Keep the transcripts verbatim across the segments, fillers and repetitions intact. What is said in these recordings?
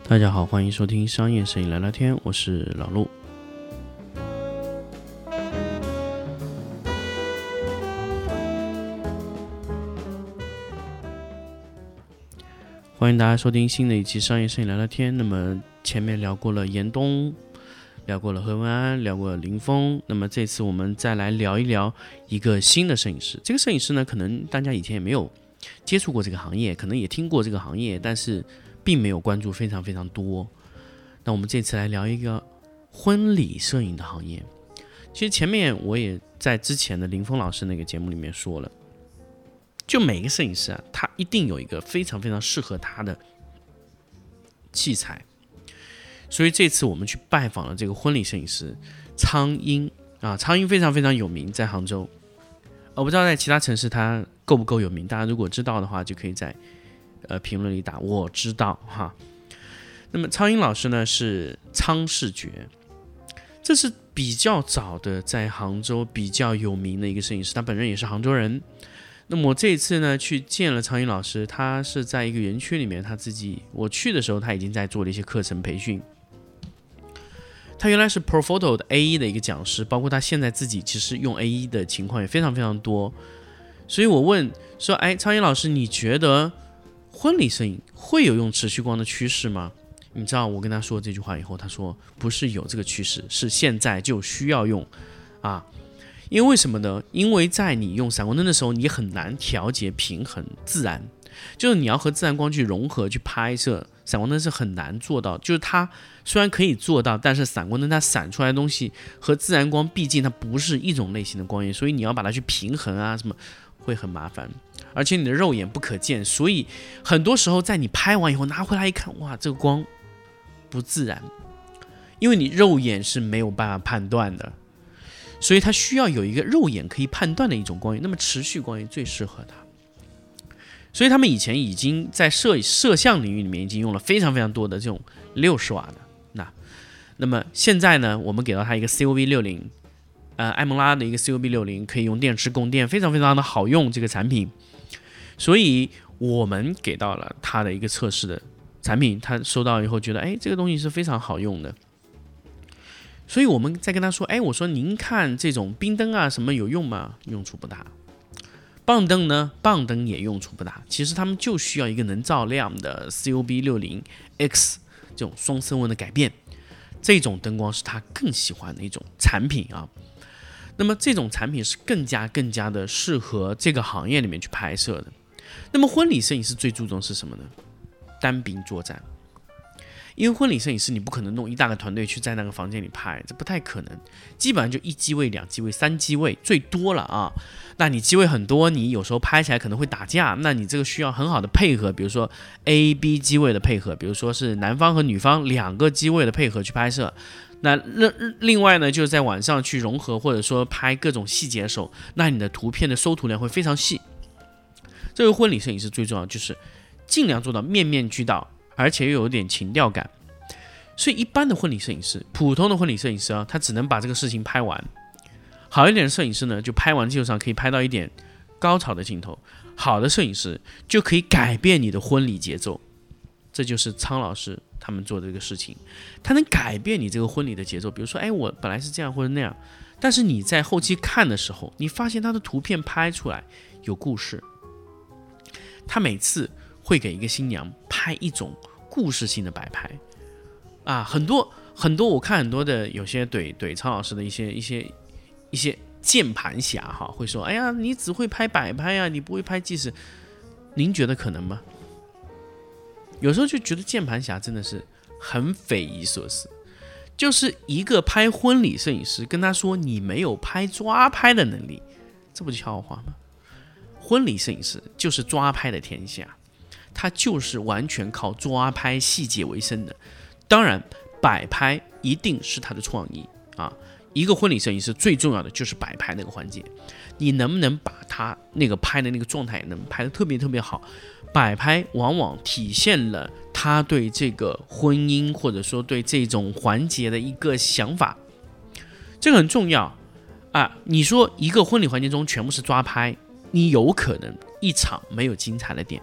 大家好，欢迎收听商业摄影聊聊天，我是老陆。欢迎大家收听新的一期商业摄影聊聊天。那么前面聊过了严冬，聊过了何文安，聊过了林峰，那么这次我们再来聊一聊一个新的摄影师。这个摄影师呢，可能大家以前也没有接触过这个行业，可能也听过这个行业，但是并没有关注非常非常多。那我们这次来聊一个婚礼摄影的行业。其实前面我也在之前的林峰老师那个节目里面说了，就每个摄影师啊，他一定有一个非常非常适合他的器材。所以这次我们去拜访了这个婚礼摄影师苍鹰啊，苍鹰非常非常有名，在杭州。我不知道在其他城市他够不够有名，大家如果知道的话，就可以在呃评论里打我知道哈。那么苍鹰老师呢是苍视觉，这是比较早的在杭州比较有名的一个摄影师，他本人也是杭州人。那么我这一次呢去见了苍鹰老师，他是在一个园区里面，他自己我去的时候他已经在做了一些课程培训。他原来是 Profoto 的 A 一 的一个讲师，包括他现在自己其实用 A 一 的情况也非常非常多。所以我问说，哎，苍鹰老师，你觉得婚礼摄影会有用持续光的趋势吗？你知道我跟他说这句话以后，他说不是有这个趋势，是现在就需要用啊。因为为什么呢？因为在你用闪光灯的时候，你很难调节平衡自然，就是你要和自然光去融合去拍摄，闪光灯是很难做到。就是它虽然可以做到，但是闪光灯它闪出来的东西和自然光毕竟它不是一种类型的光源，所以你要把它去平衡啊什么会很麻烦，而且你的肉眼不可见，所以很多时候在你拍完以后拿回来一看，哇，这个光不自然，因为你肉眼是没有办法判断的，所以它需要有一个肉眼可以判断的一种光源。那么持续光源最适合它，所以他们以前已经在 摄, 摄像领域里面已经用了非常非常多的这种六十瓦的。那那么现在呢，我们给到它一个 C O V 六十，呃，艾蒙拉的一个 C O V 六十，可以用电池供电，非常非常的好用这个产品。所以我们给到了它的一个测试的产品，他收到以后觉得，哎，这个东西是非常好用的。所以我们再跟他说，哎，我说您看这种冰灯啊什么有用吗？用处不大。棒灯呢？棒灯也用处不大。其实他们就需要一个能照亮的 C O V 六十 X 这种双色温的改变，这种灯光是他更喜欢的一种产品啊。那么这种产品是更加更加的适合这个行业里面去拍摄的。那么婚礼摄影师最注重是什么呢？单兵作战。因为婚礼摄影师你不可能弄一大个团队去在那个房间里拍，这不太可能，基本上就一机位、两机位、三机位最多了啊。那你机位很多，你有时候拍起来可能会打架，那你这个需要很好的配合，比如说 A、B 机位的配合，比如说是男方和女方两个机位的配合去拍摄。那另外呢，就是在晚上去融合，或者说拍各种细节的时候，那你的图片的收图量会非常细。这个婚礼摄影师最重要就是尽量做到面面俱到，而且又有点情调感。所以一般的婚礼摄影师，普通的婚礼摄影师啊，他只能把这个事情拍完。好一点的摄影师呢，就拍完基础上可以拍到一点高潮的镜头。好的摄影师就可以改变你的婚礼节奏。这就是苍老师他们做的这个事情，他能改变你这个婚礼的节奏。比如说，哎，我本来是这样或者那样，但是你在后期看的时候，你发现他的图片拍出来有故事。他每次会给一个新娘拍一种故事性的摆拍啊，很多很多，我看很多的有些怼怼苍老师的一些一些一些键盘侠哈，会说，哎呀，你只会拍摆拍啊，你不会拍纪实。您觉得可能吗？有时候就觉得键盘侠真的是很匪夷所思，就是一个拍婚礼摄影师跟他说你没有拍抓拍的能力，这不就笑话吗？婚礼摄影师就是抓拍的天下，他就是完全靠抓拍细节为生的。当然摆拍一定是他的创意啊，一个婚礼摄影师最重要的就是摆拍那个环节，你能不能把他那个拍的那个状态能拍得特别特别好。摆拍往往体现了他对这个婚姻或者说对这种环节的一个想法，这个很重要啊。你说一个婚礼环节中全部是抓拍，你有可能一场没有精彩的点，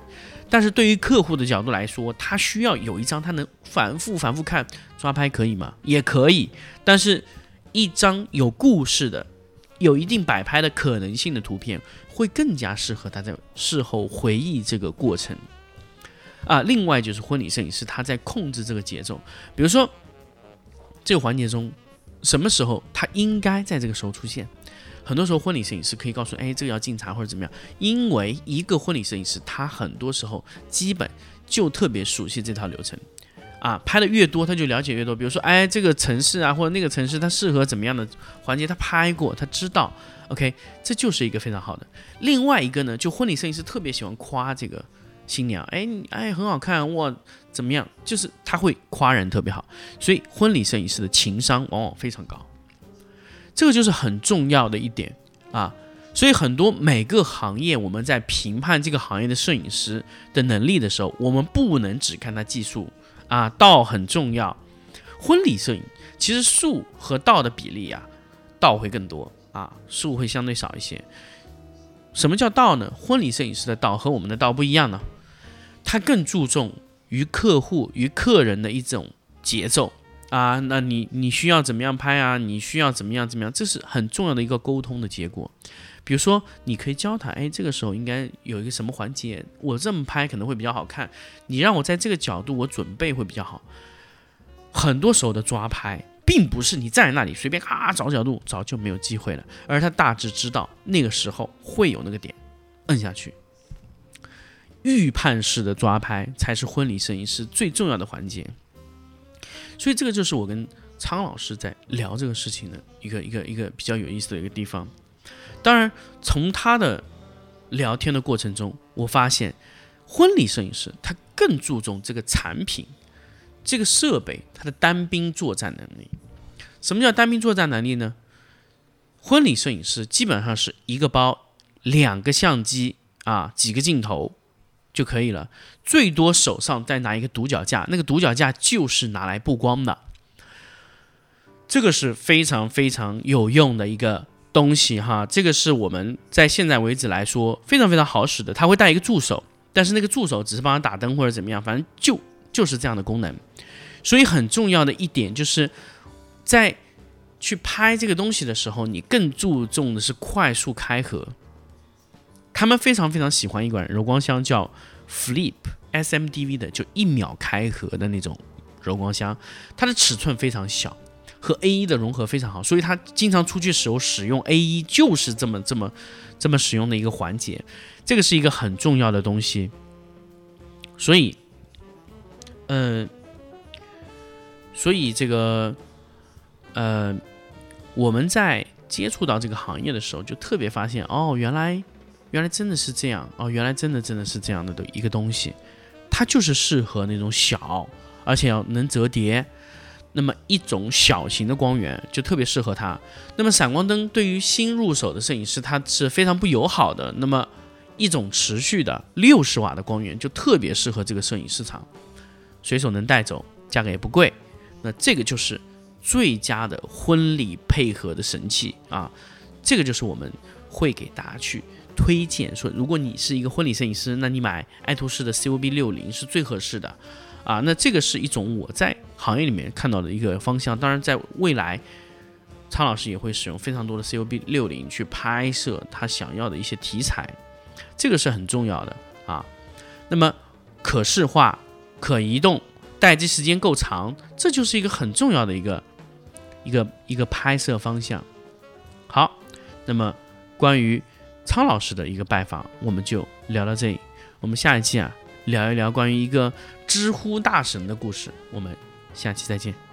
但是对于客户的角度来说，他需要有一张他能反复反复看，抓拍可以吗？也可以，但是一张有故事的、有一定摆拍的可能性的图片，会更加适合他在事后回忆这个过程。啊，另外就是婚礼摄影师他在控制这个节奏，比如说这个环节中，什么时候他应该在这个时候出现。很多时候婚礼摄影师可以告诉，哎，这个要敬茶或者怎么样，因为一个婚礼摄影师他很多时候基本就特别熟悉这套流程啊，拍的越多他就了解越多。比如说，哎，这个城市啊或者那个城市它适合怎么样的环节，他拍过，他知道 ，OK， 这就是一个非常好的。另外一个呢，就婚礼摄影师特别喜欢夸这个新娘，哎哎很好看哇，怎么样，就是他会夸人特别好，所以婚礼摄影师的情商往往非常高。这个就是很重要的一点啊，所以很多每个行业我们在评判这个行业的摄影师的能力的时候，我们不能只看他技术啊，道很重要。婚礼摄影其实术和道的比例啊，道会更多啊，术会相对少一些。什么叫道呢？婚礼摄影师的道和我们的道不一样呢，他更注重于客户与客人的一种节奏。啊，那你你需要怎么样拍啊？你需要怎么样怎么样？这是很重要的一个沟通的结果。比如说，你可以教他，哎，这个时候应该有一个什么环节，我这么拍可能会比较好看。你让我在这个角度，我准备会比较好。很多时候的抓拍，并不是你站在那里随便啊找角度，找就没有机会了，而他大致知道那个时候会有那个点，摁下去。预判式的抓拍才是婚礼摄影师最重要的环节。所以这个就是我跟苍老师在聊这个事情的一个一个一个比较有意思的一个地方。当然，从他的聊天的过程中，我发现婚礼摄影师他更注重这个产品、这个设备它的单兵作战能力。什么叫单兵作战能力呢？婚礼摄影师基本上是一个包、两个相机啊，几个镜头就可以了，最多手上再拿一个独脚架，那个独脚架就是拿来曝光的，这个是非常非常有用的一个东西哈。这个是我们在现在为止来说非常非常好使的，它会带一个助手，但是那个助手只是帮他打灯或者怎么样，反正就就是这样的功能。所以很重要的一点就是在去拍这个东西的时候，你更注重的是快速开合。他们非常非常喜欢一款柔光箱叫 Flip S M D V 的，就一秒开合的那种柔光箱，它的尺寸非常小，和 A 一 的融合非常好，所以它经常出去时候使用 A 一 就是这么这么这么使用的一个环节，这个是一个很重要的东西。所以，呃，所以这个呃，我们在接触到这个行业的时候，就特别发现哦，原来。原来真的是这样哦！原来真的真的是这样的一个东西，它就是适合那种小，而且要能折叠，那么一种小型的光源就特别适合它。那么闪光灯对于新入手的摄影师它是非常不友好的，那么一种持续的六十瓦的光源就特别适合这个摄影市场，随手能带走，价格也不贵。那这个就是最佳的婚礼配合的神器啊！这个就是我们会给大家去推荐说，如果你是一个婚礼摄影师，那你买爱图仕的 C O B 六十 是最合适的啊。那这个是一种我在行业里面看到的一个方向。当然，在未来，苍老师也会使用非常多的 C O B 六十 去拍摄他想要的一些题材，这个是很重要的啊。那么可视化、可移动、待机时间够长，这就是一个很重要的一个一个一个拍摄方向。好，那么关于苍老师的一个拜访，我们就聊到这里。我们下一期啊，聊一聊关于一个知乎大神的故事。我们下期再见。